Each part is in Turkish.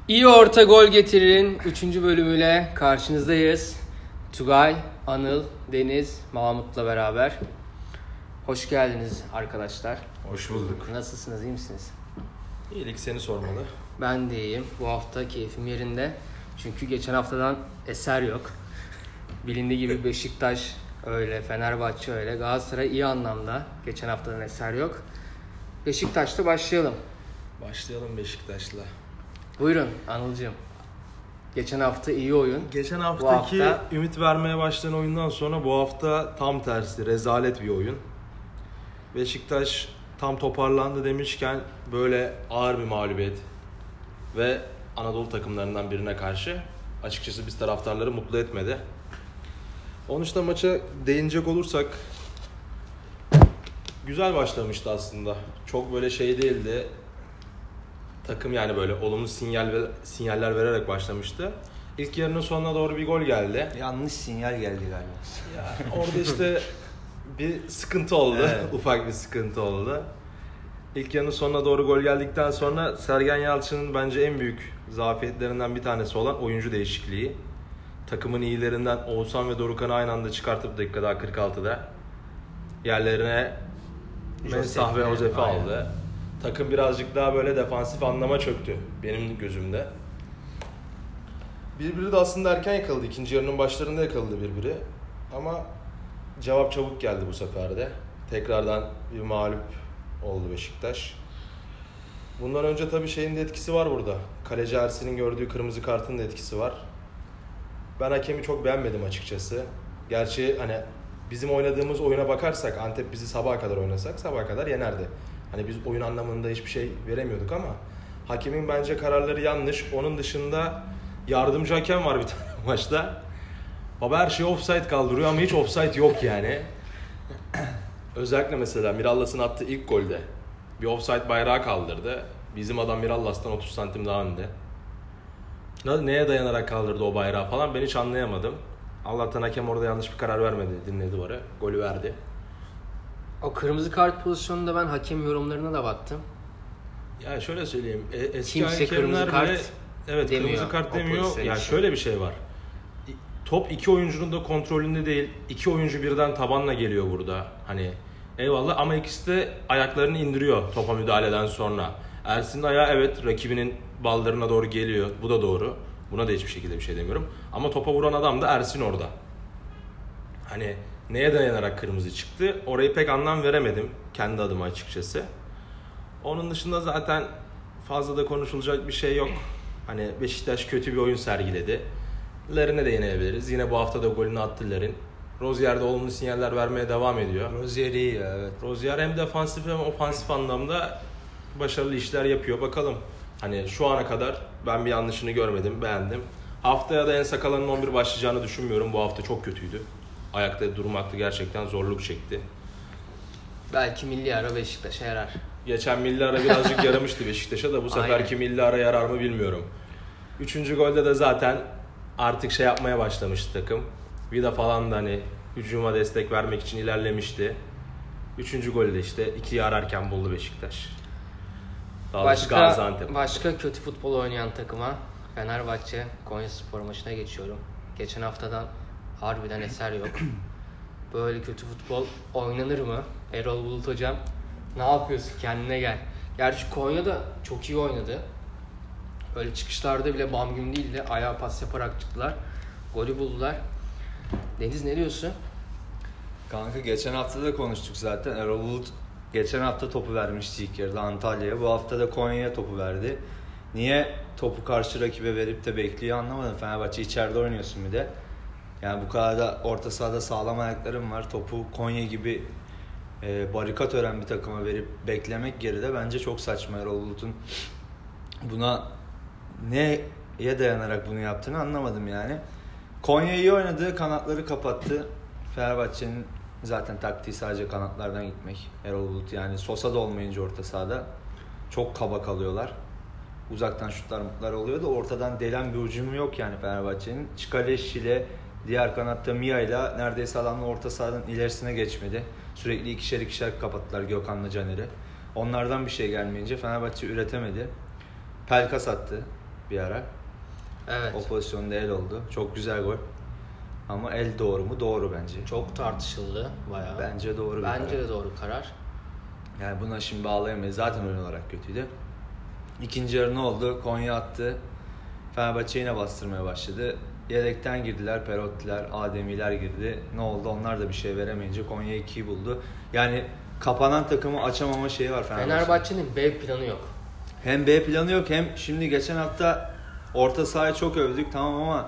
İyi Orta Gol Getirir'in 3. bölümüyle karşınızdayız. Tugay, Anıl, Deniz, Mahmut'la beraber. Hoş geldiniz arkadaşlar. Hoş bulduk. Nasılsınız, iyi misiniz? İyilik seni sormalı. Ben de iyiyim. Bu hafta keyfim yerinde. Çünkü geçen haftadan eser yok. Bilindiği gibi Beşiktaş öyle, Fenerbahçe öyle. Galatasaray iyi anlamda. Geçen haftadan eser yok. Beşiktaş'ta başlayalım. Başlayalım Beşiktaş'la. Buyurun Anılcığım. Geçen hafta iyi oyun. Geçen haftaki hafta... ümit vermeye başlayan oyundan sonra bu hafta tam tersi, rezalet bir oyun. Beşiktaş tam toparlandı demişken böyle ağır bir mağlubiyet ve Anadolu takımlarından birine karşı açıkçası biz taraftarları mutlu etmedi. Onun için maça değinecek olursak güzel başlamıştı aslında. Çok böyle şey değildi. Takım yani böyle olumlu sinyaller vererek başlamıştı. İlk yarının sonuna doğru bir gol geldi. Yanlış sinyal geldi galiba. Ya, orada işte bir sıkıntı oldu. Evet. Ufak bir sıkıntı oldu. İlk yarının sonuna doğru gol geldikten sonra Sergen Yalçın'ın bence en büyük zafiyetlerinden bir tanesi olan oyuncu değişikliği. Takımın iyilerinden Oğuzhan ve Dorukhan'ı aynı anda çıkartıp dakikada 46'da yerlerine Mensah ve Ozef'i aldı. Takım birazcık daha böyle defansif anlama çöktü benim gözümde. Birbiri de aslında erken yakaladı. İkinci yarının başlarında yakaladı birbiri. Ama cevap çabuk geldi bu sefer de. Tekrardan bir mağlup oldu Beşiktaş. Bundan önce tabii şeyin de etkisi var burada. Kaleci Ersin'in gördüğü kırmızı kartın da etkisi var. Ben hakemi çok beğenmedim açıkçası. Gerçi hani bizim oynadığımız oyuna bakarsak Antep bizi sabaha kadar oynasak sabaha kadar yenerdi. Hani biz oyun anlamında hiçbir şey veremiyorduk ama hakemin bence kararları yanlış. Onun dışında yardımcı hakem var bir tane maçta. Baba her şeyi offside kaldırıyor ama hiç offside yok yani. Özellikle mesela Mirallas'ın attığı ilk golde bir offside bayrağı kaldırdı. Bizim adam Mirallas'tan 30 santim daha önde. Neye dayanarak kaldırdı o bayrağı falan ben hiç anlayamadım. Allah'tan hakem orada yanlış bir karar vermedi, dinledi duvarı. Golü verdi. O kırmızı kart pozisyonunda ben hakem yorumlarına da baktım. Ya şöyle söyleyeyim. Eski kimse kırmızı kart bile, evet demiyor. Kırmızı kart demiyor. Ya şöyle bir şey var. Top iki oyuncunun da kontrolünde değil. İki oyuncu birden tabanla geliyor burada. Hani eyvallah ama ikisi de ayaklarını indiriyor topa müdahaleden sonra. Ersin'in ayağı evet rakibinin baldırına doğru geliyor. Bu da doğru. Buna da hiçbir şekilde bir şey demiyorum. Ama topa vuran adam da Ersin orada. Hani neye dayanarak kırmızı çıktı? Orayı pek anlam veremedim kendi adıma açıkçası. Onun dışında zaten fazla da konuşulacak bir şey yok. Hani Beşiktaş kötü bir oyun sergiledi. Lerine de yenebiliriz. Yine bu hafta da golünü attı Lerin. Rozier de olumlu sinyaller vermeye devam ediyor. Rozier iyi ya, evet. Rozier hem defansif hem ofansif anlamda başarılı işler yapıyor. Bakalım. Hani şu ana kadar ben bir yanlışını görmedim, beğendim. Haftaya da En Sakala'nın 11 başlayacağını düşünmüyorum. Bu hafta çok kötüydü. Ayakta durmakta gerçekten zorluk çekti. Belki milli ara Beşiktaş'a yarar. Geçen milli ara birazcık yaramıştı Beşiktaş'a da bu seferki milli ara yarar mı bilmiyorum. 3. golde de zaten artık şey yapmaya başlamıştı takım. Vida falan da hani hücuma destek vermek için ilerlemişti. 3. golde işte 2'yi ararken buldu Beşiktaş. Başka kötü futbol oynayan takıma Fenerbahçe Konyaspor maçına geçiyorum. Geçen haftadan harbiden eser yok. Böyle kötü futbol oynanır mı? Erol Bulut hocam ne yapıyorsun, kendine gel. Gerçi Konya'da çok iyi oynadı. Öyle çıkışlarda bile bam güm değil de ayağa pas yaparak çıktılar. Golü buldular. Deniz ne diyorsun? Kanka geçen hafta da konuştuk zaten. Erol Bulut geçen hafta topu vermişti ilk yarıda Antalya'ya. Bu hafta da Konya'ya topu verdi. Niye topu karşı rakibe verip de bekliyor anlamadım. Fenerbahçe içeride oynuyorsun bir de. Yani bu kadar da orta sahada sağlam ayaklarım var. Topu Konya gibi barikat ören bir takıma verip beklemek geride bence çok saçma. Erol Bulut'un buna neye dayanarak bunu yaptığını anlamadım yani. Konya iyi oynadı, kanatları kapattı. Fenerbahçe'nin zaten taktiği sadece kanatlardan gitmek. Erol Bulut yani Sosa da olmayınca orta sahada çok kaba kalıyorlar. Uzaktan şutlar oluyor da ortadan delen bir hücumu yok yani Fenerbahçe'nin. Çikaleş ile diğer kanatta Mia ile neredeyse adamla orta sahadan ilerisine geçmedi. Sürekli ikişer kapattılar Gökhan'la Caner'i. Onlardan bir şey gelmeyince Fenerbahçe üretemedi. Pelkas attı. bir ara. Evet. O pozisyonda el oldu. Çok güzel gol. Ama el doğru mu? Doğru bence. Çok tartışıldı bayağı. Bence doğru bir Bence karar. de doğru karar. Yani buna şimdi bağlayamayız. Zaten oyun olarak kötüydü. İkinci yarı ne oldu? Konya attı. Fenerbahçe yine bastırmaya başladı. Yedekten girdiler. Perottiler, Ademiler girdi. Ne oldu? Onlar da bir şey veremeyince Konya 2'yi buldu. Yani kapanan takımı açamama şeyi var Fenerbahçe'nin B planı yok. Hem B planı yok hem şimdi geçen hafta orta sahayı çok övdük tamam ama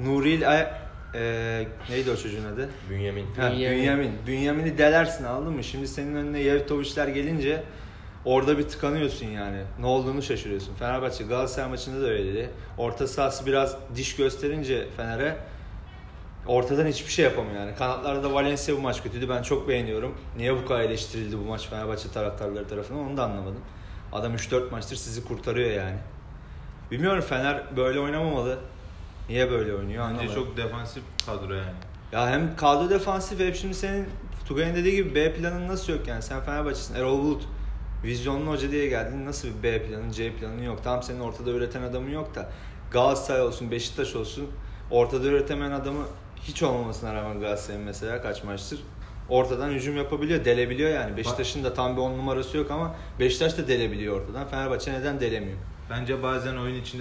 neydi o çocuğun adı? Bünyamin. Bünyamin'i delersin anladın mı? Şimdi senin önüne Yevtovic'ler gelince orada bir tıkanıyorsun yani. Ne olduğunu şaşırıyorsun. Fenerbahçe Galatasaray maçında da öyleydi. Orta sahası biraz diş gösterince Fener'e ortadan hiçbir şey yapamıyor yani. Kanatlarda da Valencia bu maç kötüydü. Ben çok beğeniyorum. Niye bu kadar eleştirildi bu maç Fenerbahçe taraftarları tarafından onu da anlamadım. Adam 3-4 maçtır sizi kurtarıyor yani. Bilmiyorum Fener böyle oynamamalı. Niye böyle oynuyor anlamadım. Bence çok defansif kadro yani. Ya hem kadro defansif hep şimdi senin Tugay'ın dediği gibi B planın nasıl yok yani. Sen Fenerbahçe'sin. Erol Bulut vizyonlu hoca diye geldin. Nasıl bir B planın, C planın yok. Tamam senin ortada üreten adamın yok da Galatasaray olsun, Beşiktaş olsun ortada üretemeyen adamı hiç olmamasına rağmen Galatasaray'ın mesela kaç maçtır ortadan hücum yapabiliyor, delebiliyor yani. Beşiktaş'ın da tam bir 10 numarası yok ama Beşiktaş da delebiliyor ortadan. Fenerbahçe neden delemiyor? Bence bazen oyun içinde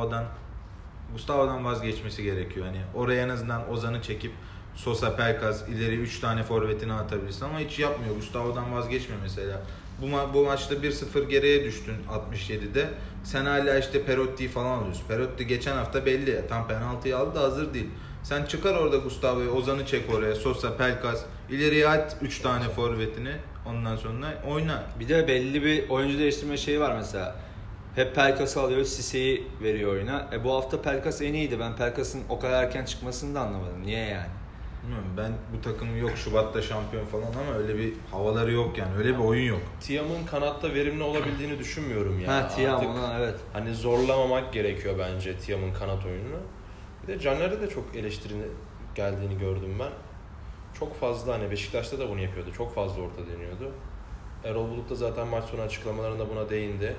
Gustavo'dan vazgeçmesi gerekiyor. Hani oraya en azından Ozan'ı çekip Sosa, Pelkas ileri 3 tane forvetini atabilirsin ama hiç yapmıyor. Gustavo'dan vazgeçme mesela. Bu maçta 1-0 geriye düştün 67'de. Sen hala işte Perotti'yi falan alıyorsun. Perotti geçen hafta belli ya. Tam penaltıyı aldı da hazır değil. Sen çıkar orada Gustavo'yu, Ozan'ı çek oraya. Sosa, Pelkas ileriye at 3 tane forvetini. Ondan sonra oyna. Bir de belli bir oyuncu değiştirme şeyi var mesela. Hep Pelkas'ı alıyor, Sise'yi veriyor oyuna. Bu hafta Pelkas en iyiydi. Ben Pelkas'ın o kadar erken çıkmasını da anlamadım. Niye yani? Bilmiyorum, ben bu takım yok Şubat'ta şampiyon falan ama öyle bir havaları yok yani. Öyle bir oyun yok. Tiam'ın kanatta verimli olabildiğini düşünmüyorum ya. Tiam Artık ona evet. hani zorlamamak gerekiyor bence Tiam'ın kanat oyununu. Bir de Caner'e de çok eleştirinin geldiğini gördüm ben. Çok fazla hani Beşiktaş'ta da bunu yapıyordu. Çok fazla orta deniyordu. Erol Bulut da zaten maç sonu açıklamalarında buna değindi.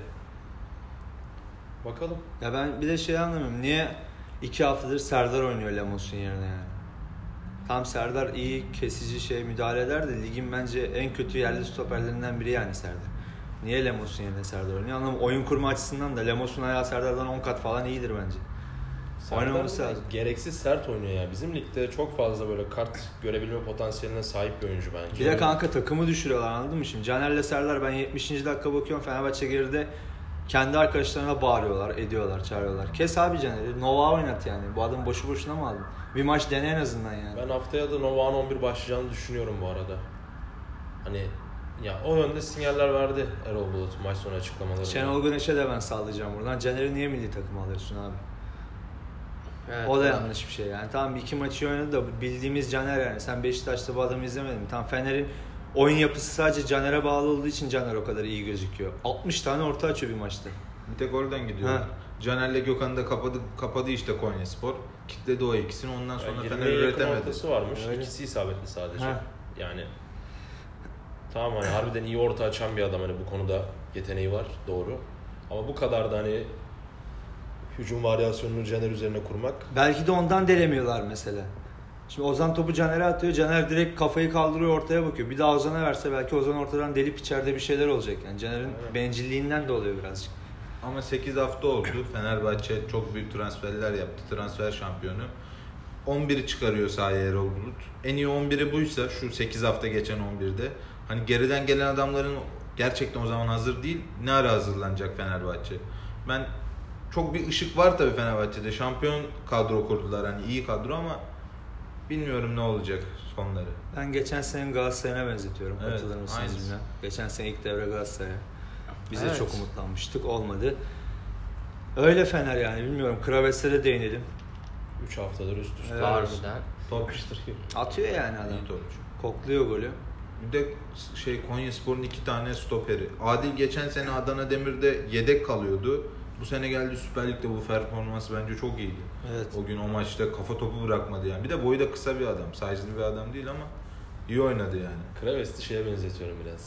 Bakalım. Ya ben bir de şey anlamıyorum. Niye 2 haftadır Serdar oynuyor Lemos'un yerine yani? Tam Serdar iyi kesici müdahale eder de ligin bence en kötü yerli stoperlerinden biri yani Serdar. Niye Lemos'un yerine Serdar oynuyor? Anlamıyorum. Oyun kurma açısından da Lemos'un ayağı Serdar'dan 10 kat falan iyidir bence. Oynaması lazım. Gereksiz sert oynuyor ya. Bizim ligde çok fazla böyle kart görebilme potansiyeline sahip bir oyuncu bence. Bir de kanka takımı düşürüyorlar anladın mı şimdi? Caner'le Serdar ben 70. dakika bakıyorum Fenerbahçe geride kendi arkadaşlarına bağırıyorlar, ediyorlar, çağırıyorlar. Kes abi Caner'i, Nova oynat yani. Bu adamı boşu boşuna mı aldın? Bir maç dene en azından yani. Ben haftaya da Nova'nın 11 başlayacağını düşünüyorum bu arada. Hani ya o yönde sinyaller verdi Erol Bulut maç sonu açıklamalarında. Şenol Güneş'e de ben sağlayacağım buradan. Caner'i niye milli takıma alıyorsun abi? Evet, o da yanlış bir şey yani. Tamam 2 maçı oynadı da bildiğimiz Caner yani. Sen Beşiktaş'ta bu adamı izlemedin mi? Tamam Fener'in oyun yapısı sadece Caner'e bağlı olduğu için Caner o kadar iyi gözüküyor. 60 tane orta açıyor bir maçta. Bir tek oradan gidiyor. Caner'le Gökhan'ı da kapadı işte Konyaspor. Kitledi o ikisini ondan sonra yani Fener üretemedi. ortası varmış. Öyle. İkisi isabetli sadece. Yani tamam hani harbiden iyi orta açan bir adam hani bu konuda yeteneği var doğru. Ama bu kadar da hani hücum varyasyonunu Caner üzerine kurmak. Belki de ondan delemiyorlar mesela. Şimdi Ozan topu Caner'e atıyor. Caner direkt kafayı kaldırıyor ortaya bakıyor. Bir daha Ozan'a verse belki Ozan ortadan delip içeride bir şeyler olacak. Yani Caner'in bencilliğinden de oluyor birazcık. Ama 8 hafta oldu. Fenerbahçe çok büyük transferler yaptı. Transfer şampiyonu. 11'i çıkarıyor sahaya Erol Bulut. En iyi 11'i buysa şu 8 hafta geçen 11'de. Hani geriden gelen adamların gerçekten o zaman hazır değil. Ne ara hazırlanacak Fenerbahçe? Ben çok bir ışık var tabii Fenerbahçe'de. Şampiyon kadro kurdular. Hani iyi kadro ama bilmiyorum ne olacak sonları. Ben geçen sene Galatasaray'a benzetiyorum. Evet, Katılır mısınız aynısı. bilmem. Geçen sene ilk devre Galatasaray'a. Biz de Evet. çok umutlanmıştık. Olmadı. Öyle Fener yani. Bilmiyorum. Kraves'e de değinelim. 3 haftadır üst üste. Evet. Harbiden. Yapıştırıyor. Atıyor yani adam. İyi topçu. Kokluyor golü. Bir de Konyaspor'un 2 tane stoperi. Adil geçen sene Adana Demir'de yedek kalıyordu. Bu sene geldi Süper Lig'de bu performansı bence çok iyiydi. Evet. O gün o maçta kafa topu bırakmadı yani. Bir de boyu da kısa bir adam. Size'lı bir adam değil ama iyi oynadı yani. Kraves'i şeye benzetiyorum biraz.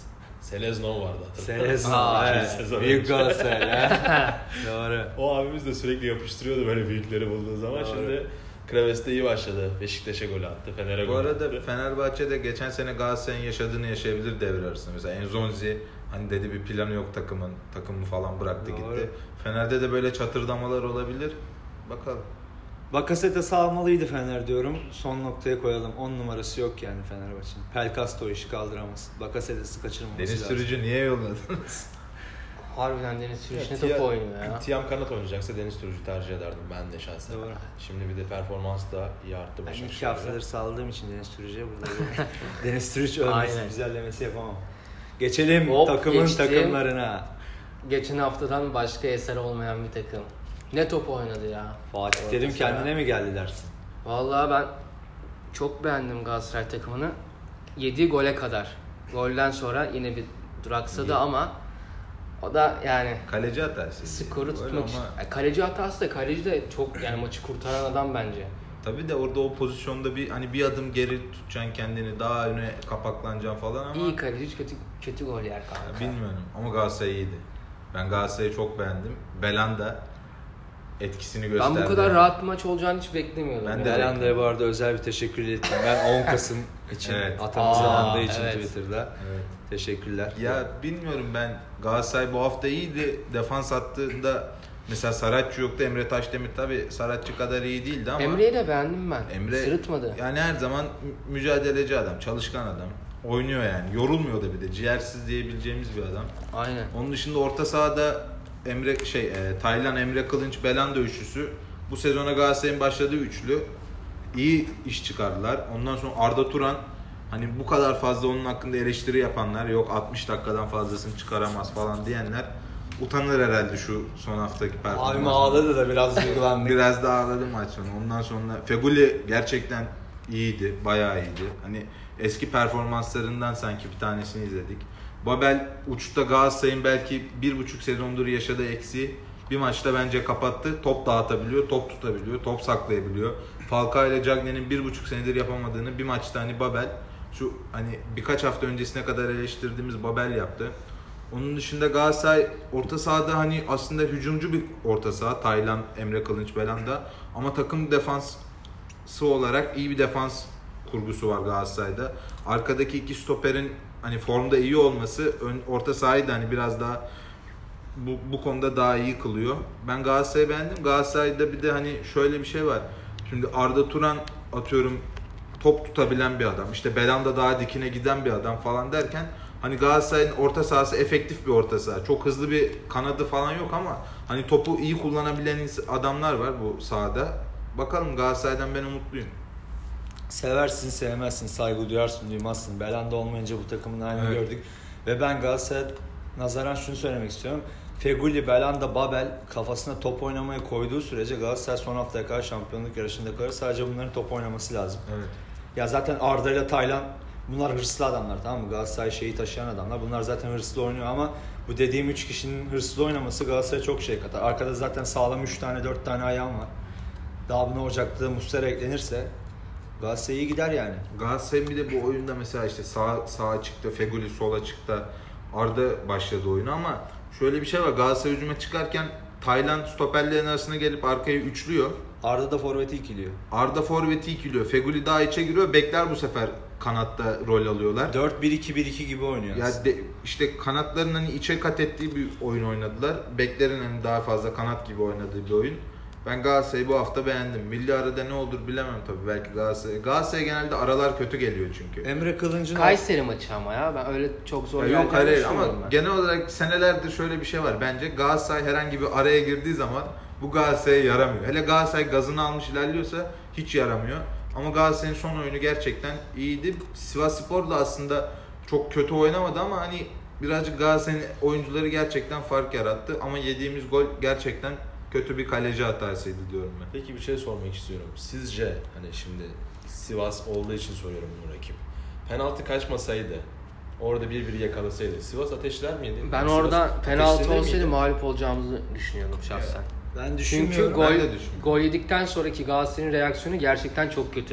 Seleznov vardı hatırladın. Selezno, evet. Sezon Büyük önce. Galatasaray. Doğru. O abimiz de sürekli yapıştırıyordu böyle büyükleri bulduğu zaman. Doğru. Şimdi Kraves de iyi başladı. Beşiktaş'a gol attı, Fener'e Bu gol arada attı. Fenerbahçe'de geçen sene Galatasaray'ın yaşadığını yaşayabilir devre arasında. Mesela Enzonzi hani dedi bir planı yok takımı falan bıraktı Doğru. gitti. Fener'de de böyle çatırdamalar olabilir. Bakalım. Bakaset'e salmalıydı Fener diyorum. Son noktaya koyalım. 10 numarası yok yani Fenerbahçe'nin. Pelkas da o işi kaldıramaz. Bakaset'i kaçırmaması Deniz lazım. Sürücü niye yolladınız? Harbiden Deniz Sürüş ne top oynuyor ya. Tiam kanat oynayacaksa Deniz Türücü tercih ederdim ben de şahsen. Doğru. Şimdi bir de performans da iyi arttı Ben 2 Başakşehir'de. haftadır salladığım için Deniz Sürücü'ye burada bir Deniz Sürücü övmesi, Aynen. güzellemesi yapamam. Geçelim Hop, takımın geçtim. takımlarına. Geçen haftadan başka eser olmayan bir takım. Ne top oynadı ya. Fatih Terim Mesela. kendine mi geldi dersin? Vallahi ben çok beğendim Galatasaray takımını. 7 gole kadar. Golden sonra yine bir duraksadı ama o da yani Kaleci hatası. skoru Öyle tutmak için. ama Kaleci hatası da kaleci de çok yani maçı kurtaran adam bence. tabii de orada o pozisyonda bir adım geri tutacaksın kendini, daha öne kapaklanacaksın falan ama İyi kaleci kötü gol yer kanka. bilmiyorum ama Galatasaray iyiydi. Ben Galatasaray'ı çok beğendim. Belanda etkisini gösterdi. Ben bu kadar rahat bir maç olacağını hiç beklemiyordum. Ben ya. de Belanda'ya bu arada özel bir teşekkür ettim. Ben 10 Kasım için, Evet. atamız andığı için evet. Twitter'da. Evet. Teşekkürler. Ya bilmiyorum, ben Galatasaray bu hafta iyiydi. Defans hattında mesela Saratçı yoktu. Emre Taşdemir tabii Saratçı kadar iyi değildi ama Emre'yi de beğendim ben. Emre Sırıtmadı. yani her zaman mücadeleci adam, çalışkan adam. Oynuyor yani. Yorulmuyor da bir de. Ciğersiz diyebileceğimiz bir adam. Aynen. Onun dışında orta sahada Taylan, Emre Kılınç, Belanda üçlüsü. Bu sezona Galatasaray'ın başladığı üçlü. İyi iş çıkardılar. Ondan sonra Arda Turan, hani bu kadar fazla onun hakkında eleştiri yapanlar, yok 60 dakikadan fazlasını çıkaramaz falan diyenler utanır herhalde şu son haftaki performansı. Abim ağladı da biraz duygulandık. Biraz daha ağladım maç sonu. Ondan sonra Feguli gerçekten iyiydi, bayağı iyiydi. Hani eski performanslarından sanki bir tanesini izledik. Babel uçta Galatasaray'ın belki 1,5 sezondur yaşadığı eksiği bir maçta bence kapattı. Top dağıtabiliyor, top tutabiliyor, top saklayabiliyor. Falcao ile Cagney'in 1,5 senedir yapamadığını bir maçta hani Babel, şu hani birkaç hafta öncesine kadar eleştirdiğimiz Babel yaptı. Onun dışında Galatasaray orta sahada hani aslında hücumcu bir orta saha. Taylan, Emre Kılınç, Belanda. Ama takım defansı olarak iyi bir defans kurgusu var Galatasaray'da. Arkadaki iki stoperin hani formda iyi olması orta sahayı da hani biraz daha bu konuda daha iyi kılıyor. Ben Galatasaray'ı beğendim. Galatasaray'da bir de hani şöyle bir şey var. Şimdi Arda Turan atıyorum top tutabilen bir adam. İşte Belanda daha dikine giden bir adam falan derken hani Galatasaray'ın orta sahası efektif bir orta saha. Çok hızlı bir kanadı falan yok ama hani topu iyi kullanabilen adamlar var bu sahada. Bakalım, Galatasaray'dan ben umutluyum. Seversin, sevmezsin, saygı duyarsın, duymazsın. Belanda olmayınca bu takımın halini Evet. gördük. Ve ben Galatasaray'a nazaran şunu söylemek istiyorum. Feguli, Belanda, Babel kafasına top oynamaya koyduğu sürece Galatasaray son haftaya kadar şampiyonluk yarışında kalır. Sadece bunların top oynaması lazım. Evet. Ya zaten Arda ile Taylan, bunlar hırslı adamlar, tamam mı? Galatasaray şeyi taşıyan adamlar. Bunlar zaten hırslı oynuyor ama bu dediğim 3 kişinin hırslı oynaması Galatasaray'a çok şey katar. Arkada zaten sağlam 3 tane 4 tane ayağım var. Daha buna Ocak'ta Muslera eklenirse Galatasaray iyi gider yani. Galatasaray'ın bir de bu oyunda mesela işte sağa çıktı, Feguli sola çıktı, Arda başladı oyunu ama şöyle bir şey var. Galatasaray hücuma çıkarken Taylan stoperlerin arasına gelip arkayı üçlüyor. Arda da forveti ikiliyor. Arda forveti ikiliyor. Feguli daha içe giriyor. Bekler bu sefer kanatta rol alıyorlar. 4-1-2-1-2 gibi oynuyor. Ya işte kanatların hani içe kat ettiği bir oyun oynadılar. Beklerin hani daha fazla kanat gibi oynadığı bir oyun. Ben Galatasaray'ı bu hafta beğendim. Milli arada ne olur bilemem tabii. Belki Galatasaray genelde aralar kötü geliyor çünkü. Emre Kılınç'ın Kayseri maçı ama ya ben öyle çok zor Ya yok geleceğini hayır ama düşünmüyorum ben. genel olarak senelerdir şöyle bir şey var. Bence Galatasaray herhangi bir araya girdiği zaman bu Galatasaray'a yaramıyor. Hele Galatasaray gazını almış ilerliyorsa hiç yaramıyor. Ama Galatasaray'ın son oyunu gerçekten iyiydi. Sivasspor da aslında çok kötü oynamadı ama hani birazcık Galatasaray'ın oyuncuları gerçekten fark yarattı. Ama yediğimiz gol gerçekten kötü bir kaleci hatasıydı diyorum ben. Peki bir şey sormak istiyorum. Sizce hani şimdi Sivas olduğu için soruyorum bunu rakip. Penaltı kaçmasaydı, orada 1-1 yakalasaydı Sivas ateşler miydi? Ben Sivas orada penaltı ateşlenir olsaydı miydi? mağlup olacağımızı düşünüyordum şahsen. ben Çünkü düşünmüyorum. gol, ben de düşünmüyorum. gol yedikten sonraki Galatasaray'ın reaksiyonu gerçekten çok kötü.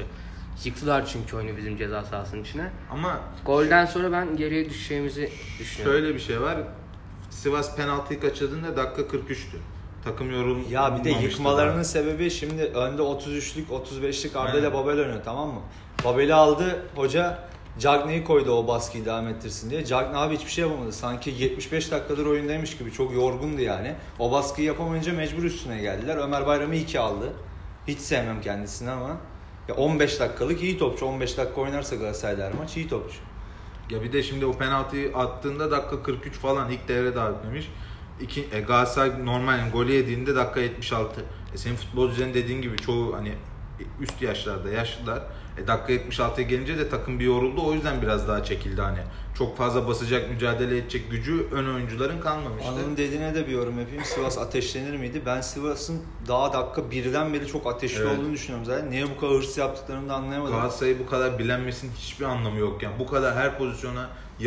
Yıktılar çünkü oyunu bizim ceza sahasının içine. Ama Golden sonra ben geriye düşeceğimizi düşünüyorum. şöyle bir şey var. Sivas penaltıyı kaçırdığında dakika 43'tü. Takım yorulmamıştı. Ya bir de yıkmalarının daha. sebebi şimdi önde 33'lük 35'lik Arda ile Babel oynuyor, tamam mı? Babel'i aldı hoca, Cagney'i koydu o baskıyı devam ettirsin diye. Cagney abi hiçbir şey yapamadı. Sanki 75 dakikadır oyundaymış gibi, çok yorgundu yani. O baskıyı yapamayınca mecbur üstüne geldiler. Ömer Bayram'ı 2 aldı. Hiç sevmem kendisini ama ya 15 dakikalık iyi topçu. 15 dakika oynarsa Galatasaray'da her maç iyi topçu. Ya bir de şimdi o penaltıyı attığında dakika 43 falan ilk devre daha bitmemiş. Galatasaray normal yani golü yediğinde dakika 76. Senin futbolcuların dediğin gibi çoğu hani üst yaşlarda yaşlılar. Dakika 76'ya gelince de takım bir yoruldu. O yüzden biraz daha çekildi hani. Çok fazla basacak, mücadele edecek gücü ön oyuncuların kalmamıştı. Anıl'ın dediğine de bir yorum yapayım. Sivas ateşlenir miydi? Ben Sivas'ın daha dakika 1'den beri çok ateşli olduğunu düşünüyorum zaten. Niye bu kadar hırs yaptıklarını da anlayamadım. Galatasaray'ı bu kadar bilenmesinin hiçbir anlamı yok yani. Bu kadar her pozisyona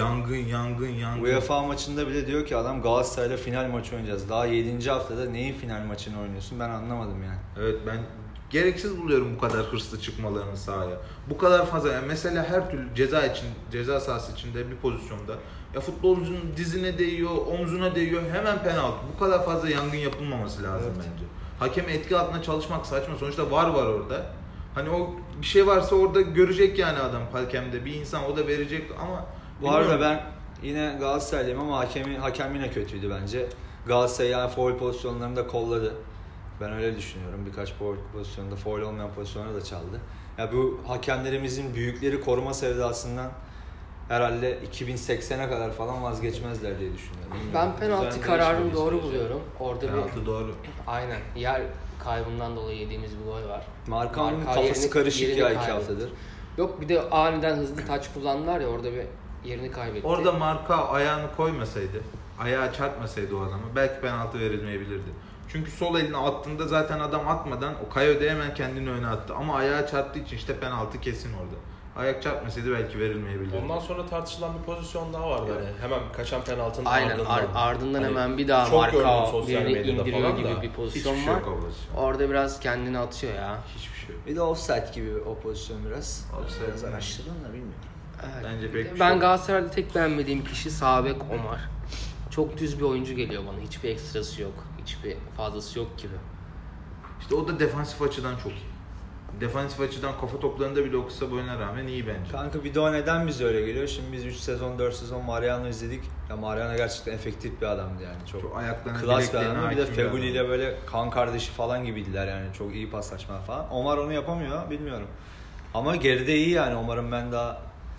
yangın. UEFA maçında bile diyor ki adam Galatasaray'la final maçı oynayacağız. Daha 7. haftada neyin final maçını oynuyorsun? Ben anlamadım yani. Evet, ben gereksiz buluyorum bu kadar hırslı çıkmalarını sahaya. Bu kadar fazla yani mesela her türlü ceza sahası içinde bir pozisyonda ya futbolcunun dizine değiyor, omzuna değiyor, hemen penaltı. Bu kadar fazla yangın yapılmaması lazım bence. Hakem etki altında çalışmak saçma. Sonuçta var orada. Hani o bir şey varsa orada görecek yani adam hakemde. Bir insan o da verecek ama Bu arada ben yine Galatasaraylıyım ama hakem yine kötüydü bence. Galatasaray yani faul pozisyonlarında kolladı. Ben öyle düşünüyorum. Birkaç faul pozisyonda, faul olmayan pozisyonları da çaldı. Ya bu hakemlerimizin büyükleri koruma sevdasından herhalde 2080'e kadar falan vazgeçmezler diye düşünüyorum. Ben penaltı kararını doğru buluyorum. Orada penaltı doğru. Aynen. Yer kaybından dolayı yediğimiz bir gol var. Markan'ın kafası karışık ya 2 haftadır. Yok bir de aniden hızlı taç kullandılar ya, orada bir yerini kaybetti. Orada Marka ayağını koymasaydı, ayağı çarpmasaydı o adamı belki penaltı verilmeyebilirdi. Çünkü sol elini attığında zaten adam atmadan o Kayo'da hemen kendini öne attı. Ama ayağı çarptığı için işte penaltı kesin orada. Ayak çarpmasaydı belki verilmeyebilirdi. Ondan sonra tartışılan bir pozisyon daha vardı. Yani hemen kaçan penaltının aynen, ardından hani hemen bir daha Marka birini indiriyor gibi bir pozisyon Hiçbir şey var. yok o pozisyon. Orada biraz kendini atıyor ya. Hiçbir şey yok. Bir de offside gibi o pozisyon biraz. Offside Biraz yani. araştırdım da bilmiyorum. Evet. Bence pek bir şey Ben yok. Galatasaray'da tek beğenmediğim kişi sağ bek Omar. Çok düz bir oyuncu geliyor bana. Hiçbir ekstrası yok. Hiçbir fazlası yok gibi. İşte o da defansif açıdan çok iyi. Defansif açıdan kafa toplarında bile o kısa boyuna rağmen iyi bence. Kanka bir de o neden bize öyle geliyor? Şimdi biz 3 sezon 4 sezon Mariano'yu izledik. Ya Mariano gerçekten efektif bir adamdı yani. Çok ayaklarına, klas bir bileklerine adamdı. Bir de hakim bir Feguli ile adam. böyle kan kardeşi falan gibiydiler yani. Çok iyi paslaşma falan. Omar onu yapamıyor bilmiyorum. Ama geride iyi yani. Omar'ın ben daha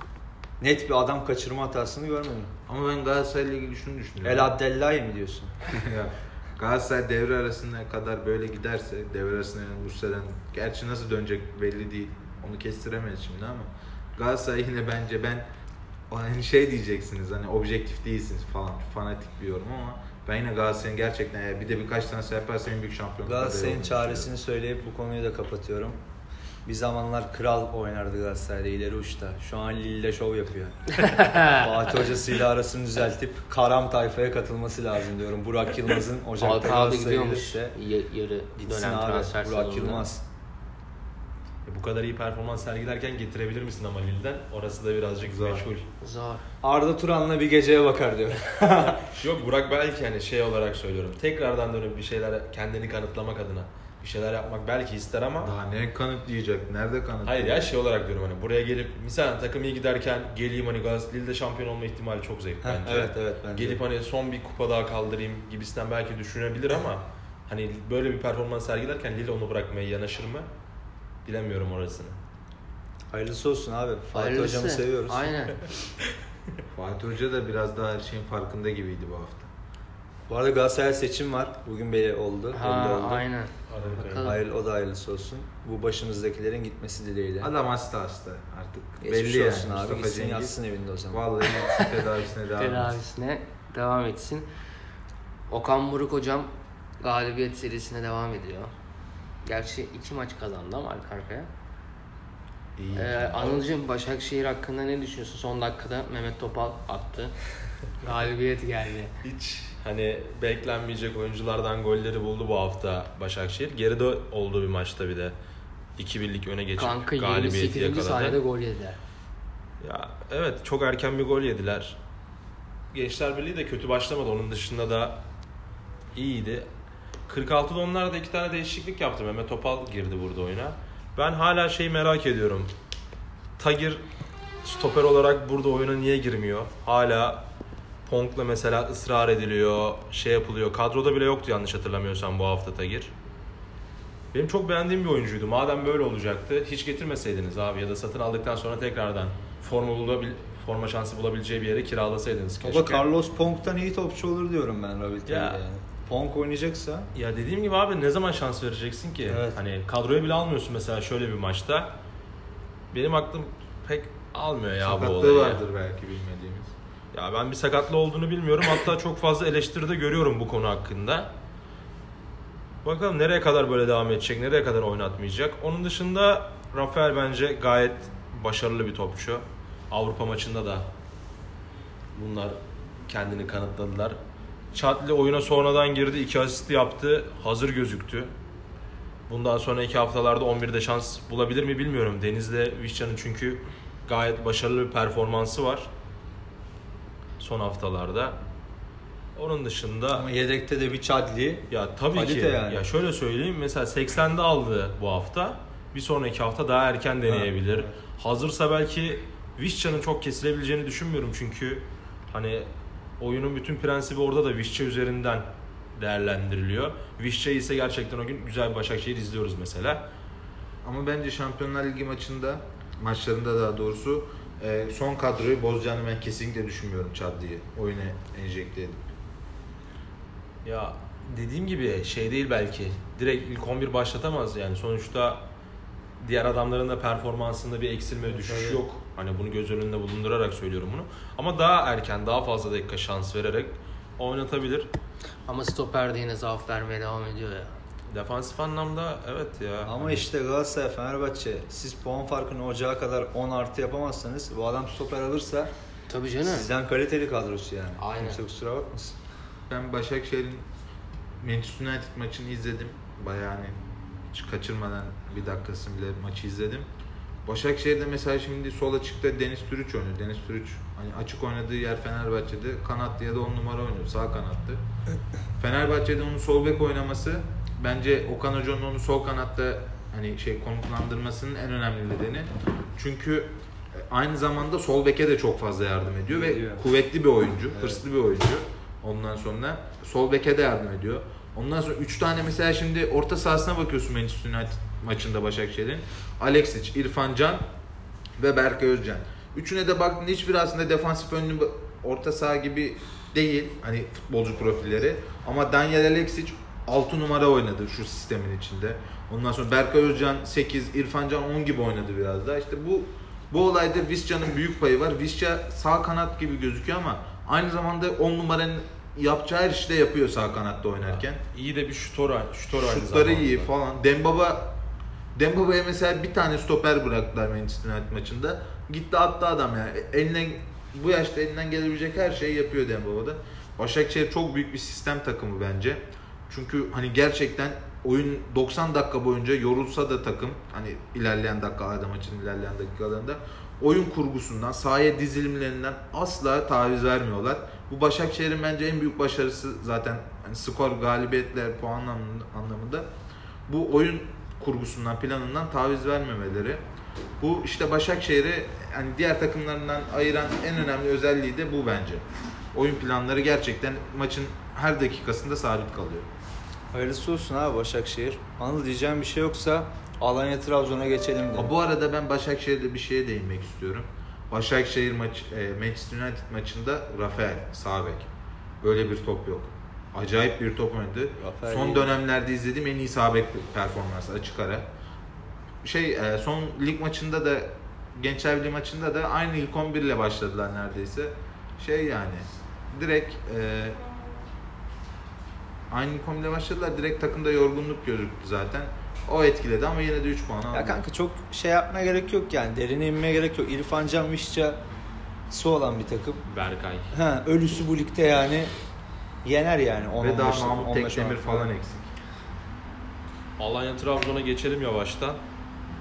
net bir adam kaçırma hatasını görmedim. Ama ben Galatasaray'la ilgili şunu düşünüyorum. El Abdellahi mi diyorsun? Ya, Galatasaray devre arasına kadar böyle giderse, devre arasına Bursa'dan, gerçi nasıl dönecek belli değil. Onu kestiremeyiz şimdi ama Galatasaray yine bence hani şey diyeceksiniz hani objektif değilsiniz falan, fanatik bir yorum ama ben yine Galatasaray'ın gerçekten bir de birkaç tane yaparsa en büyük şampiyon. Galatasaray'ın çaresini söyleyip bu konuyu da kapatıyorum. Bir zamanlar kral oynardı Galatasaray'da ileri uçta. Şu an Lille'de şov yapıyor. Fatih hocasıyla arasını düzeltip Karam tayfaya katılması lazım diyorum. Burak Yılmaz'ın Ocak'ta Falcao da Galatasaray'a gidiyormuş gelirse yarı gitsin dönem abi. transfer Burak sezonunda. Yılmaz. bu kadar iyi performans sergilerken getirebilir misin ama Lille'den? Orası da birazcık meşgul. Zor. Arda Turan'la bir geceye bakar diyor. Yok Burak belki hani şey olarak söylüyorum. Tekrardan dönüp bir şeyler kendini kanıtlamak adına bir şeyler yapmak belki ister ama Daha ne kanıtlayacak? Nerede kanıtlayacak? hayır ya şey olarak diyorum hani buraya gelip misal takım iyi giderken geleyim hani Galatasaray'da şampiyon olma ihtimali çok zayıf bence. Evet bence. Gelip hani son bir kupa daha kaldırayım gibisinden belki düşünebilir ama hani böyle bir performans sergilerken Lille onu bırakmaya yanaşır mı? Bilemiyorum orasını. Hayırlısı olsun abi. Fatih Hayırlısı. hocamı seviyoruz. Aynen. Fatih Hoca da biraz daha her şeyin farkında gibiydi bu hafta. Bu arada Galatasaray seçim var. Bugün belli oldu. Ha, belli oldu. aynen. Aralık Bakalım. ayı. O da hayırlısı olsun. Bu başımızdakilerin gitmesi dileğiyle. Adam hasta artık. Geçmiş belli olsun yani. abi. Mustafa Gitsin Cengiz. yatsın evinde o zaman. Vallahi gitsin tedavisine devam etsin. Tedavisine devam etsin. Okan Buruk hocam galibiyet serisine devam ediyor. Gerçi 2 maç kazandı ama arka arkaya. İyi. Anılcım Başakşehir hakkında ne düşünüyorsun? Son dakikada Mehmet Topal attı. Galibiyet geldi. Hiç hani beklenmeyecek oyunculardan golleri buldu bu hafta Başakşehir. Geride olduğu bir maçta bir de. 2-1'lik öne geçip Kanka galibiyeti 28. saniyede yakaladı. gol yediler. Ya evet, çok erken bir gol yediler. Gençler Birliği de kötü başlamadı. Onun dışında da iyiydi. 46'da onlar da 2 tane değişiklik yaptı. Mehmet Topal girdi burada oyuna. Ben hala şeyi merak ediyorum. Tagir stoper olarak burada oyuna niye girmiyor? Hala Ponk'la mesela ısrar ediliyor, şey yapılıyor. Kadroda bile yoktu yanlış hatırlamıyorsam bu hafta Tagir. Benim çok beğendiğim bir oyuncuydu. Madem böyle olacaktı, hiç getirmeseydiniz abi, ya da satın aldıktan sonra tekrardan forma şansı bulabileceği bir yere kiralasaydınız keşke. Baba Carlos Ponk'tan iyi topçu olur diyorum ben Rabite'ye Ya. yani. Ponk oynayacaksa Ya dediğim gibi abi, ne zaman şans vereceksin ki? Evet. Hani kadroya bile almıyorsun mesela şöyle bir maçta. Benim aklım pek almıyor ya bu Sakatlığı olayı. vardır belki bilmediğimiz. Ya ben bir sakatlığı olduğunu bilmiyorum. Hatta çok fazla eleştiri de görüyorum bu konu hakkında. Bakalım nereye kadar böyle devam edecek, nereye kadar oynatmayacak. Onun dışında Rafael bence gayet başarılı bir topçu. Avrupa maçında da bunlar kendini kanıtladılar. Çatli oyuna sonradan girdi, 2 asist yaptı, hazır gözüktü. Bundan sonraki haftalarda 11'de şans bulabilir mi bilmiyorum. Deniz'le Vişça'nın çünkü gayet başarılı bir performansı var son haftalarda. Onun dışında ama yedekte de bir Chadli. ya tabii Kalite ki yani. ya şöyle söyleyeyim, mesela 80'de aldı bu hafta. Bir sonraki hafta daha erken deneyebilir. Evet. Hazırsa belki Vişça'nın çok kesilebileceğini düşünmüyorum çünkü hani oyunun bütün prensibi orada da Vişça üzerinden değerlendiriliyor. Vişça ise gerçekten o gün güzel bir Başakşehir izliyoruz mesela. Ama bence Şampiyonlar Ligi maçlarında daha doğrusu son kadroyu bozacağını ben kesinlikle düşünmüyorum Chadli'yi oyuna enjekte edip. Ya dediğim gibi şey değil belki. Direkt ilk 11 başlatamaz yani. Sonuçta diğer adamların da performansında bir eksilme, düşüş yok. Hani bunu göz önünde bulundurarak söylüyorum bunu. Ama daha erken, daha fazla dakika şans vererek oynatabilir. Ama stoper de yine zaaf vermeye devam ediyor ya. Defansif anlamda evet ya. Ama işte Galatasaray, Fenerbahçe siz puan farkını ocağa kadar 10 artı yapamazsanız bu adam stoper alırsa Tabii canım. sizden kaliteli kadrosu yani. Aynen. Kimse kusura bakmasın. Ben Başakşehir'in Manchester United maçını izledim. Bayağı hani hiç kaçırmadan bir dakikasını bile maçı izledim. Başakşehir'de mesela şimdi sol açıkta Deniz Türüç oynuyor. Deniz Türüç hani açık oynadığı yer Fenerbahçe'de kanatlı ya da 10 numara oynuyor. Sağ kanattı. Fenerbahçe'de onun sol bek oynaması bence Okan Hoca'nın onu sol kanatta hani konumlandırmasının en önemli nedeni. Çünkü aynı zamanda sol beke de çok fazla yardım ediyor ve kuvvetli bir oyuncu, hırslı bir oyuncu. Ondan sonra sol beke de yardım ediyor. Ondan sonra 3 tane mesela şimdi orta sahasına bakıyorsun Manchester United maçında Başakşehir'in. Alexic, İrfan Can ve Berkay Özcan. Üçüne de baktığında hiçbir aslında defansif önlü orta saha gibi değil. Hani futbolcu profilleri. Ama Daniel Alexic 6 numara oynadı şu sistemin içinde. Ondan sonra Berkay Özcan 8, İrfan Can 10 gibi oynadı biraz daha. İşte bu olayda Vişça'nın büyük payı var. Vişça sağ kanat gibi gözüküyor ama aynı zamanda 10 numaranın yapacağı her işi de yapıyor sağ kanatta oynarken. İyi de bir şutör aynı zamanda. Şutları iyi falan. Dembaba'ya mesela bir tane stoper bıraktılar Manchester United maçında. Gitti attı adam yani. Bu yaşta elinden gelebilecek her şeyi yapıyor Dembaba'da. Başakşehir çok büyük bir sistem takımı bence. Çünkü hani gerçekten oyun 90 dakika boyunca yorulsa da takım hani maçın ilerleyen dakikalarında oyun kurgusundan, sahaya dizilimlerinden asla taviz vermiyorlar. Bu Başakşehir'in bence en büyük başarısı zaten hani skor, galibiyetler, puan anlamında bu oyun kurgusundan, planından taviz vermemeleri. Bu işte Başakşehir'i hani diğer takımlarından ayıran en önemli özelliği de bu bence. Oyun planları gerçekten maçın her dakikasında sabit kalıyor. Hayırlısı olsun abi Başakşehir. Anıl diyeceğim bir şey yoksa Alanya Trabzon'a geçelim de. Bu arada ben Başakşehir'de bir şeye değinmek istiyorum. Başakşehir Manchester United maçında Rafael sağ bek. Böyle bir top yok. Acayip bir top oynadı. Rafael Son iyi. dönemlerde izlediğim en iyi sağ bek performansı açık ara. Son lig maçında da Gençler Birliği maçında da aynı ilk 11 ile başladılar neredeyse. Yani direkt aynı ilk 11 ile başladılar. Direkt takımda yorgunluk gözüktü zaten. O etkiledi ama yine de 3 puan aldı. Ya kanka çok yapmaya gerek yok yani. Derine inmeye gerek yok. İrfan Can Vişça olan bir takım. Berkay. Ölüsü bu ligde yani yener yani. Ve daha Mahmut Tekdemir falan eksik. Alanya Trabzon'a geçelim yavaştan.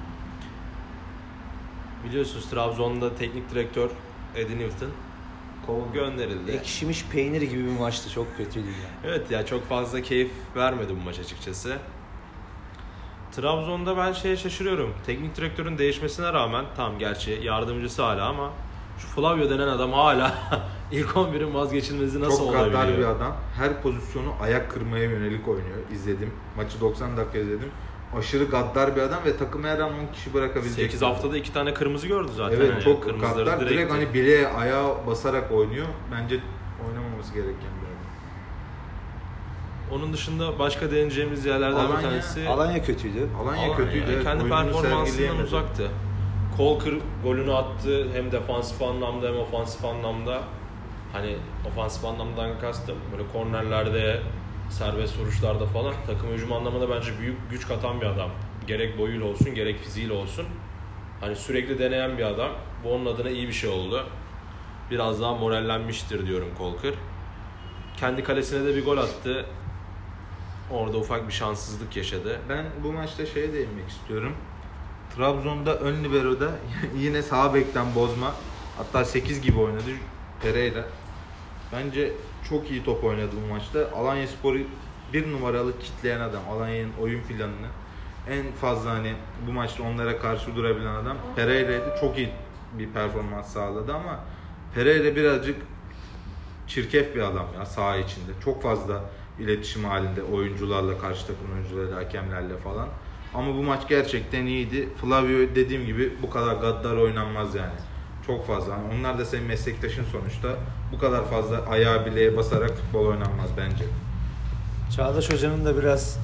Biliyorsunuz Trabzon'da teknik direktör Eddie Newton gönderildi. Ekşimiş peynir gibi bir maçtı. Çok kötüydü yani. Evet ya, çok fazla keyif vermedi bu maç açıkçası. Trabzon'da ben şaşırıyorum. Teknik direktörün değişmesine rağmen, tam gerçi yardımcısı hala, ama şu Flavio denen adam hala ilk 11'in vazgeçilmezi nasıl Çok olabiliyor? gaddar bir adam. Her pozisyonu ayak kırmaya yönelik oynuyor. İzledim. Maçı 90 dakika izledim. Aşırı gaddar bir adam ve takımı her an 10 kişi bırakabilecek. 8 haftada 2 tane kırmızı gördü zaten. Evet, hani çok kırmızıları gaddar. Direkt hani bileğe, ayağa basarak oynuyor. Bence oynamaması gereken bir adam. Onun dışında başka değineceğimiz yerlerden bir tanesi Alanya kötüydü. Alanya kötüydü. Evet, kendi oyununu performansından sergileyemedi. uzaktı. Kolkır golünü attı, hem defansif anlamda hem ofansif anlamda. Hani ofansif anlamdan kastım böyle kornerlerde, serbest vuruşlarda falan takım hücum anlamında bence büyük güç katan bir adam. Gerek boyuyla olsun, gerek fiziğiyle olsun. Hani sürekli deneyen bir adam. Bu onun adına iyi bir şey oldu. Biraz daha morallenmiştir diyorum Kolkır. Kendi kalesine de bir gol attı. Orada ufak bir şanssızlık yaşadı. Ben bu maçta şeye değinmek istiyorum. Trabzon'da ön libero'da yine sağ bekten bozma. Hatta 8 gibi oynadı Pereira. Bence çok iyi top oynadı bu maçta. Alanyaspor'u bir numaralı kitleyen adam. Alanya'nın oyun planını en fazla hani bu maçta onlara karşı durabilen adam Pereira'ydı. Çok iyi bir performans sağladı ama Pereira birazcık çirkef bir adam ya saha içinde. Çok fazla iletişim halinde oyuncularla, karşı takım oyuncularıyla, hakemlerle falan. Ama bu maç gerçekten iyiydi. Flavio dediğim gibi bu kadar gaddar oynanmaz yani. Çok fazla. Yani onlar da senin meslektaşın sonuçta. Bu kadar fazla ayağı bileğe basarak futbol oynanmaz bence. Çağdaş Hoca'nın da biraz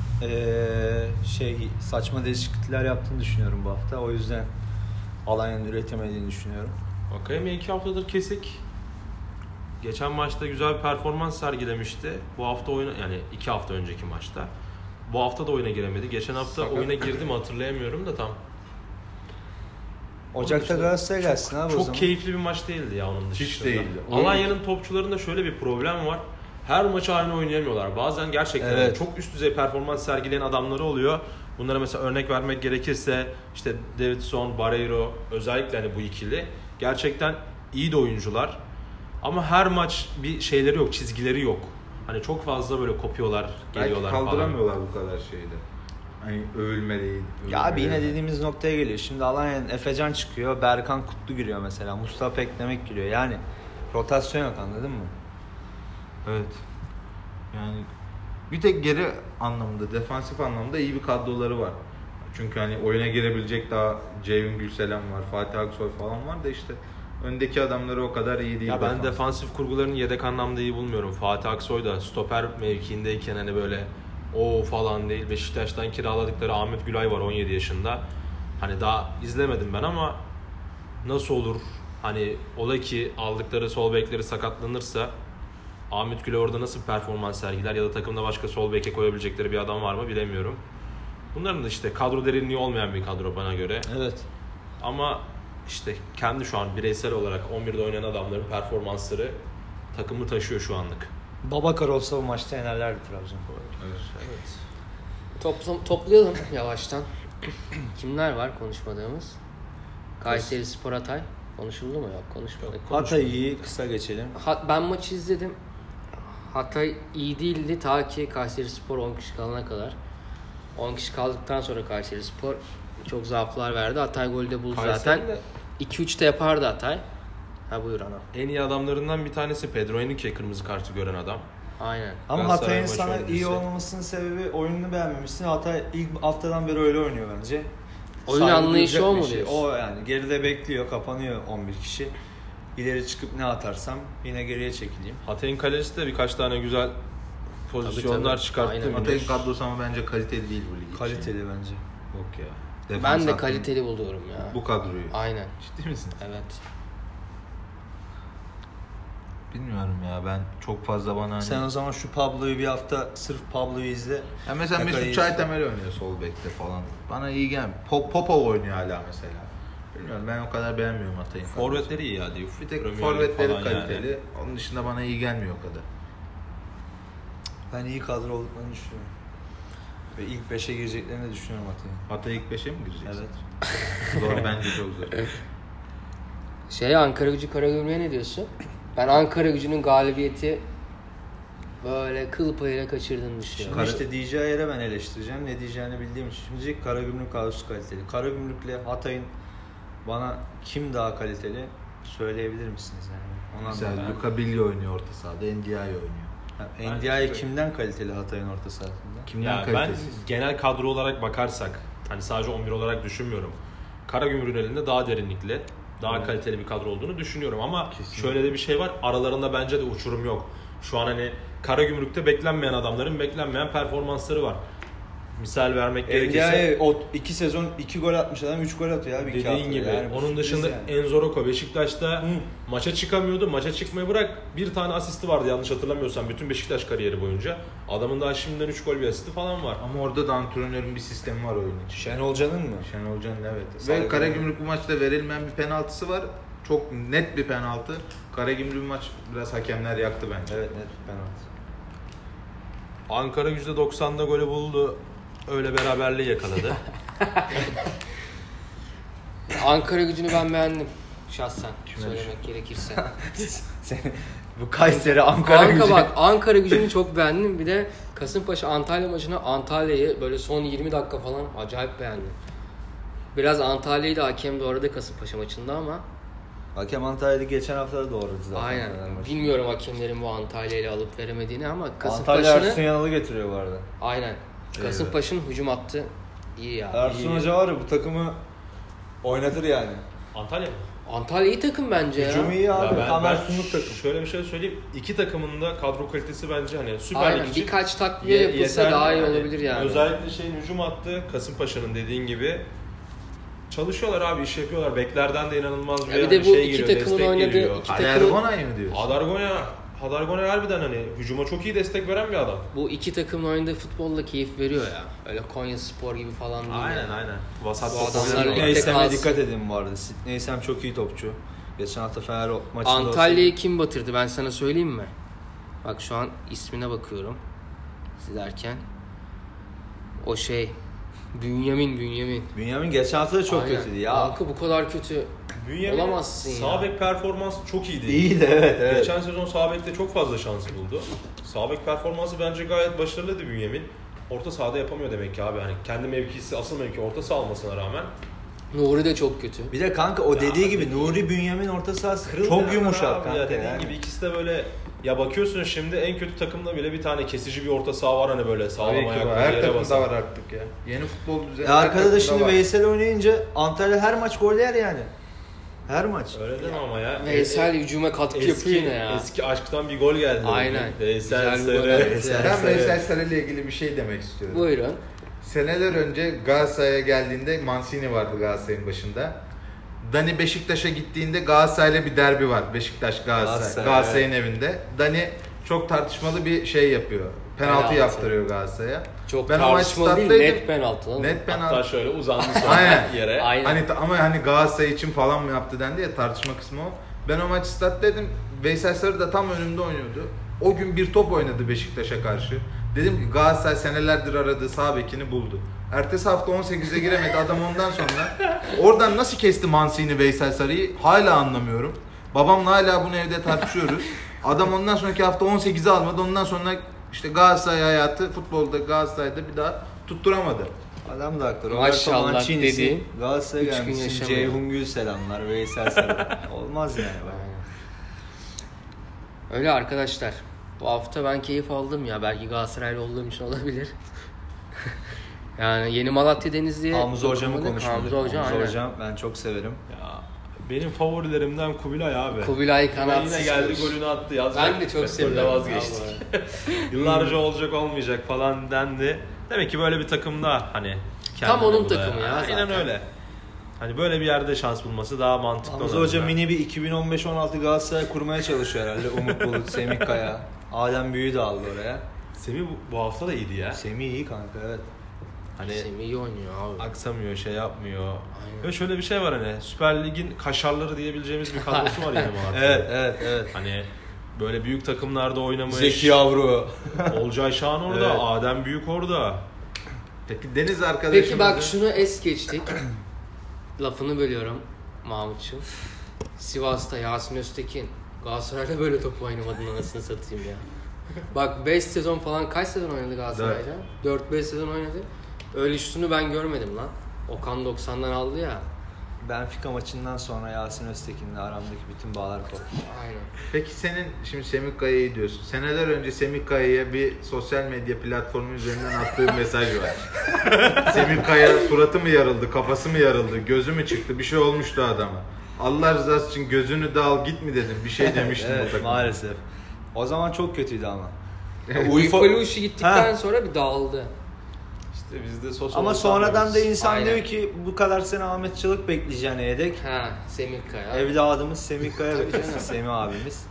saçma değişiklikler yaptığını düşünüyorum bu hafta. O yüzden Alanya'nın üretemediğini düşünüyorum. Vakayeme 2 haftadır kesik. Geçen maçta güzel bir performans sergilemişti. Bu hafta yani 2 hafta önceki maçta. Bu hafta da oyuna giremedi. Geçen hafta oyuna girdi mi hatırlayamıyorum da tam. Ocak'ta Galatasaray gelsin abi o zaman. Çok keyifli bir maç değildi ya onun dışında. Hiç değildi. Alanya'nın topçularında şöyle bir problem var. Her maçı aynı oynayamıyorlar. Bazen gerçekten evet, çok üst düzey performans sergileyen adamları oluyor. Bunlara mesela örnek vermek gerekirse işte Davidson, Barreiro, özellikle hani bu ikili gerçekten iyi de oyuncular. Ama her maç bir şeyleri yok, çizgileri yok. Hani çok fazla böyle kopuyorlar, geliyorlar belki falan. kaldıramıyorlar bu kadar şeyde. Hani övülme değil. Ya abi yine dediğimiz noktaya geliyor. Şimdi Alanya'nın Efecan çıkıyor, Berkan Kutlu giriyor mesela. Mustafa Peklemek giriyor. Yani rotasyon yok, anladın mı? Evet. Yani bir tek geri anlamda, defansif anlamda iyi bir kadroları var. Çünkü hani oyuna girebilecek daha Ceyhun Gülselen var, Fatih Aksoy falan var da işte öndeki adamları o kadar iyi değil. Ya ben defansif kurgularını yedek anlamda iyi bulmuyorum. Fatih Aksoy da stoper mevkiindeyken hani böyle o falan değil. Beşiktaş'tan kiraladıkları Ahmet Gülay var 17 yaşında. Hani daha izlemedim ben ama nasıl olur? Hani ola ki aldıkları sol bekleri sakatlanırsa Ahmet Gülay orada nasıl bir performans sergiler ya da takımda başka sol beke koyabilecekleri bir adam var mı bilemiyorum. Bunların da işte kadro derinliği olmayan bir kadro bana göre. Evet. Ama işte kendi şu an bireysel olarak 11'de oynayan adamların performansları takımı taşıyor şu anlık. Babakar olsa bu maçta yenerlerdi Trabzon. Evet. Toplayalım yavaştan. Kimler var konuşmadığımız? Kayseri Spor Hatay. Konuşuldu mu? Yok, konuşmadık. Hatay'ı kısa geçelim. Ben maçı izledim. Hatay iyi değildi ta ki Kayseri Spor 10 kişi kalana kadar. 10 kişi kaldıktan sonra Kayseri Spor çok zaaflar verdi. Hatay golü de buldu zaten. 2-3 de yapardı Hatay. Ha buyur ana. En iyi adamlarından bir tanesi Pedro Henrique, kırmızı kartı gören adam. Aynen. Ama Galatasaray Hatay'ın maçı sana öncesi. iyi olmamasının sebebi oyununu beğenmemişsin. Hatay ilk haftadan beri öyle oynuyor bence. Oyun Saygı anlayışı duyacak o bir mu şey. diyorsun? O yani geride bekliyor, kapanıyor 11 kişi. İleri çıkıp ne atarsam yine geriye çekileyim. Hatay'ın kalecisi de birkaç tane güzel pozisyonlar Tabii. çıkarttı. Aynen. Hatay'ın kadrosu ama bence kaliteli değil bu lig için. Kaliteli bence. Yok ya. Ben Defans de hattı- kaliteli buluyorum ya. Bu kadroyu. Aynen. Ciddi misin? Evet. Bilmiyorum ya, ben çok fazla bana hani... Sen o zaman şu Pablo'yu bir hafta sırf Pablo'yu izle. Ya mesela Hakayı Mesut Çaytemel oynuyor sol bekte falan. Bana iyi gelmiyor. Popov oynuyor hala mesela. Bilmiyorum, ben o kadar beğenmiyorum Hatay'ın. Forvetleri iyi ya diyor. Bir tek Premier Lig forvetleri falan kaliteli. yani. Onun dışında bana iyi gelmiyor o kadar. Ben iyi kadro olduklarını düşünüyorum. Ve ilk 5'e gireceklerini düşünüyorum Hatay'ın. Hatay ilk 5'e mi girecek? Evet. Zor, bence çok zor. Ankara Karagümrük'e ne diyorsun? Ben Ankara Gücü'nün galibiyeti böyle kıl payıyla kaçırdığını düşünüyorum. Şimdi işte diyeceği yere ben eleştireceğim. Ne diyeceğini bildiğim için. Şimdi Karagümrük kadrosu kaliteli. Karagümrük'le Hatay'ın bana kim daha kaliteli söyleyebilir misiniz yani? Ona Mesela ben... Luka Billy oynuyor orta sahada, Ndiaye oynuyor. Ndiaye kimden kaliteli Hatay'ın orta sahasında? Kimden Ya ben kalitesiz? genel kadro olarak bakarsak, hani sadece 11 olarak düşünmüyorum. Karagümrük'ün elinde daha derinlikli, daha kaliteli bir kadro olduğunu düşünüyorum ama şöyle de bir şey var. Aralarında bence de uçurum yok. Şu an hani Karagümrük'te beklenmeyen adamların beklenmeyen performansları var. Misal vermek gerekirse Ndiaye o 2 sezon 2 gol atmış adam 3 gol atıyor abi. dediğin gibi. Yani Onun dışında yani. Enzoroko Beşiktaş'ta maça çıkamıyordu. Maça çıkmayı bırak, bir tane asisti vardı yanlış hatırlamıyorsam bütün Beşiktaş kariyeri boyunca. Adamın daha şimdiden 3 gol bir asisti falan var. Ama orada da antrenörün bir sistemi var oyun için. Şenol Can'ın mı? Şenol Can'ın evet. Saygı Ve Karagümrük bu maçta verilmeyen bir penaltısı var. Çok net bir penaltı. Karagümrük maç biraz hakemler yaktı bence. Evet net bir penaltı. Ankara %90'da golü buldu. Öyle beraberliği yakaladı. Ankara Gücü'nü ben beğendim şahsen söylemek gerekirse. Bu Kayseri Ankara Kanka Gücü. bak Ankara Gücü'nü çok beğendim. Bir de Kasımpaşa Antalya maçına Antalya'yı böyle son 20 dakika falan acayip beğendim. Biraz Antalya'yı da hakem doğradı Kasımpaşa maçında ama Hakem Antalya'da geçen hafta da doğradı zaten. aynen. Bilmiyorum hakemlerin bu Antalya ile alıp veremediğini ama Antalya Kasımpaşa'nı Ersun Yanal'ı getiriyor bu arada. aynen. Kasımpaşa'nın hücum hattı iyi ya. Ersun Hoca var ya bu takımı oynatır yani. Antalya mı? Antalya iyi takım bence ya. Hücum iyi abi. Tam Ersun'luk takım. şöyle bir şey söyleyeyim. İki takımın da kadro kalitesi bence hani Süper Aynen. Lig için Birkaç takviye yapılsa yeterli daha iyi olabilir yani. Özellikle hücum hattı Kasımpaşa'nın dediğin gibi çalışıyorlar abi, iş yapıyorlar. Beklerden de inanılmaz bir, Ya bir de bu şey iki geliyor, takımın destek oynadığı geliyor. iki takımın Alergonay mı diyorsun? Hadargonya harbiden hani hücuma çok iyi destek veren bir adam. bu iki takımın oynadığı futbolla keyif veriyor ya. Öyle Konyaspor gibi falan değil. Aynen yani. aynen. Vasat Bu top adamlar oynuyorlar. ligde Neysem'e kalsın. dikkat edin bu arada. Neysem çok iyi topçu. Geçen hafta Fener maçında Antalya'yı kim batırdı ben sana söyleyeyim mi? Bak şu an ismine bakıyorum. İzlerken. O Bünyamin. Bünyamin geçen hafta da çok Aynen. kötüydü ya. Kanka bu kadar kötü Bünyamin olamazsın ya. sağ bek performansı çok iyiydi. İyiydi evet. Geçen sezon sağ bekte çok fazla şans buldu. Sağ bek performansı bence gayet başarılıydı Bünyamin. Orta sahada yapamıyor demek ki abi. Hani kendi mevkisi, asıl mevki orta saha olmasına rağmen. Nuri de çok kötü. Bir de kanka o dediği gibi Nuri Bünyamin orta sahası çok yumuşak abi kanka ya. Dediğin yani. gibi ikisi de böyle, ya bakıyorsun şimdi en kötü takımda bile bir tane kesici bir orta saha var hani böyle sağlam Tabii ki ayaklı var. bir Her yere takımda basan. var artık ya. Yeni futbol düzeni. Ya arkada da takımda şimdi var. Veysel oynayınca Antalya her maç gol yer yani. Her maç. Öyle değil mi ama ya? Veysel hücuma katkı yapıyor yine ya. Eski aşktan bir gol geldi. Aynen. Veysel Güzel bir gol Sarı. geldi. Ben Veysel Sarı ile ilgili bir şey demek istiyorum. Buyurun. Seneler önce Galatasaray'a geldiğinde Mancini vardı Galatasaray'ın başında. Dani Beşiktaş'a gittiğinde Galatasaray'la bir derbi var. Beşiktaş Galatasaray. Galatasaray'ın evinde. Dani çok tartışmalı bir şey yapıyor. Penaltı yaptırıyor Galatasaray'a. Çok Ben o maç tartışmalı değil, stattaydım. net penaltı lan. Net penaltı. Hatta şöyle uzandı sonra Aynen. yere. Aynen. Hani Galatasaray için falan mı yaptı dendi ya, tartışma kısmı o. Ben o maçı stattaydım. Veysel Sarı da tam önümde oynuyordu. O gün bir top oynadı Beşiktaş'a karşı. Dedim ki Galatasaray senelerdir aradığı sağ bekini buldu. Ertesi hafta 18'e giremedi adam ondan sonra. Oradan nasıl kesti Mancini Veysel Sarı'yı hala anlamıyorum. Babamla hala bunu evde tartışıyoruz. Adam ondan sonraki hafta 18'e almadı. Ondan sonra işte Galatasaray hayatı futbolda Galatasaray'da bir daha tutturamadı. Adam da haklı. Maşallah Roberto Mancini'si, dediğin Galatasaray'a 3 gün gelmişsin. yaşamıyor. Ceyhun Gül selamlar. Veysel Sarı. Olmaz yani. Öyle arkadaşlar. Bu hafta ben keyif aldım ya. Belki Galatasaraylı olduğum için olabilir. Yani yeni Malatya Denizli'ye... Hamza hocamı konuşmadık. Hamza Hoca, aynen. hocam ben çok severim. Ya, benim favorilerimden Kubilay abi. Kubilay kanatsız. Yine geldi konuş. golünü attı. Ben de çok seviyorum. Vazgeçtik. Yıllarca olacak olmayacak falan dendi. Demek ki böyle bir takımda hani. Tam onun kendine takımı ya Aynen zaten. öyle. Hani böyle bir yerde şans bulması daha mantıklı. Hamza olan Hoca da. mini bir 2015-16 Galatasaray kurmaya çalışıyor herhalde. Umut Bulut, Semih Kaya. Adem Büyü'yü de aldı oraya. Semih bu hafta da iyiydi ya. Semih iyi kanka evet. Hani Semih iyi oynuyor abi. aksamıyor, şey yapmıyor. Aynen. Ve şöyle bir şey var hani Süper Lig'in kaşarları diyebileceğimiz bir kadrosu var yine Malatya'da. Evet. Hani böyle büyük takımlarda oynamış. Zeki Yavru. Olcay Şahan orada, Evet. Adem Büyük orada. Peki Deniz arkadaşımızı... Peki bak şunu es geçtik. Lafını bölüyorum Mahmut'cum. Sivas'ta Yasin Öztekin. Galatasaray'da böyle top oynamadın anasını satayım ya. Bak 5 sezon falan kaç sezon oynadı Galatasaray'da? 4-5 sezon oynadı. Öyle şutunu ben görmedim lan. Okan 90'dan aldı ya. Benfica maçından sonra Yasin Öztekin'le aramdaki bütün bağlar koptu. Aynen. Peki senin şimdi Semih Kaya'yı diyorsun. Seneler önce Semih Kaya'ya bir sosyal medya platformu üzerinden attığı mesaj var. Semih Kaya suratı mı yarıldı, kafası mı yarıldı, gözü mü çıktı, bir şey olmuştu adama. Allah rızası için gözünü de al git mi dedim, bir şey demiştim o Evet takıma. maalesef. O zaman çok kötüydü ama. Uyfaluşi gittikten sonra bir dağıldı. İşte bizde sos Ama olan sonradan da sanmıyoruz. insan Aynen. diyor ki bu kadar sene Ahmet Çalık bekleyeceğine yedek. Ha, Semih Kaya. Evladımız Semih Kaya Tabii beklesin. canım. Semih abimiz.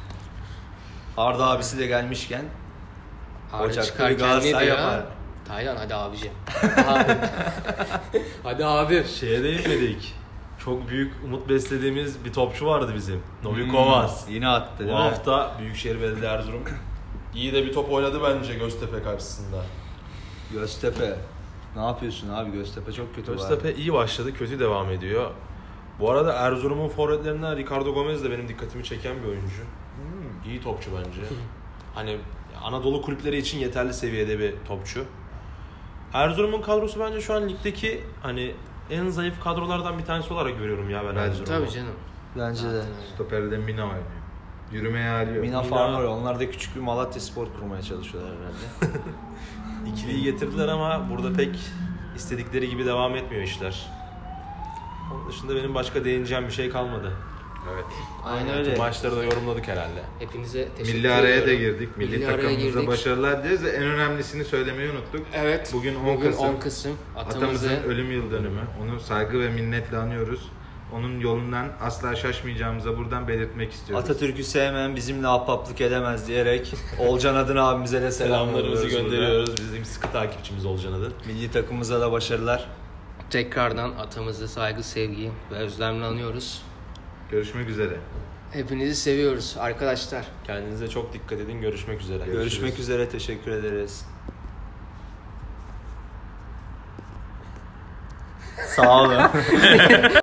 Arda abisi de gelmişken Arda Ocak'ta bir çıkarken ne Galatasaray diyor? yapar. Taylan hadi abicim. Abi. Hadi abi. Şeye değinmedik. Çok büyük umut beslediğimiz bir topçu vardı bizim. Novikovas. Yine attı değil Bu mi? hafta Büyükşehir Belediye Erzurum İyi de bir top oynadı bence Göztepe karşısında. Göztepe. Ne yapıyorsun abi? Göztepe çok kötü. Göztepe iyi başladı, kötü devam ediyor. Bu arada Erzurum'un forvetlerinden Ricardo Gomez de benim dikkatimi çeken bir oyuncu. İyi topçu bence. Hani Anadolu kulüpleri için yeterli seviyede bir topçu. Erzurum'un kadrosu bence şu an ligdeki hani en zayıf kadrolardan bir tanesi olarak görüyorum ya ben Bence. Erzurum'u. Tabii canım. Bence de. Zaten öyle. Stoperde Mina oynuyor. Yürümeye hali yok. Mina Farmer. Onlar da küçük bir Malatya Spor kurmaya çalışıyorlar herhalde. İkiliyi getirdiler ama burada pek istedikleri gibi devam etmiyor işler. Onun dışında benim başka değineceğim bir şey kalmadı. Evet. Aynen öyle. Maçları da yorumladık herhalde. Hepinize teşekkür Milli araya ediyorum. da girdik. Milli araya takımımıza girdik. başarılar dileriz. En önemlisini söylemeyi unuttuk. Evet. Bugün 10 Kasım. 10 Kasım. Atamızın ölüm yıl dönümü. Onu saygı ve minnetle anıyoruz. Onun yolundan asla şaşmayacağımıza buradan belirtmek istiyoruz. Atatürk'ü sevmeyen bizimle ahbaplık edemez diyerek Olcan Adın abimize de Selamlarımızı selamlarımızı gönderiyoruz. Bizim sıkı takipçimiz Olcan Adın. Milli takımımıza da başarılar. Tekrardan atamızı saygı, sevgi ve özlemle anıyoruz. Görüşmek üzere. Hepinizi seviyoruz arkadaşlar. Kendinize çok dikkat edin. Görüşmek üzere. Görüşmek üzere. Teşekkür ederiz. Sağ olun.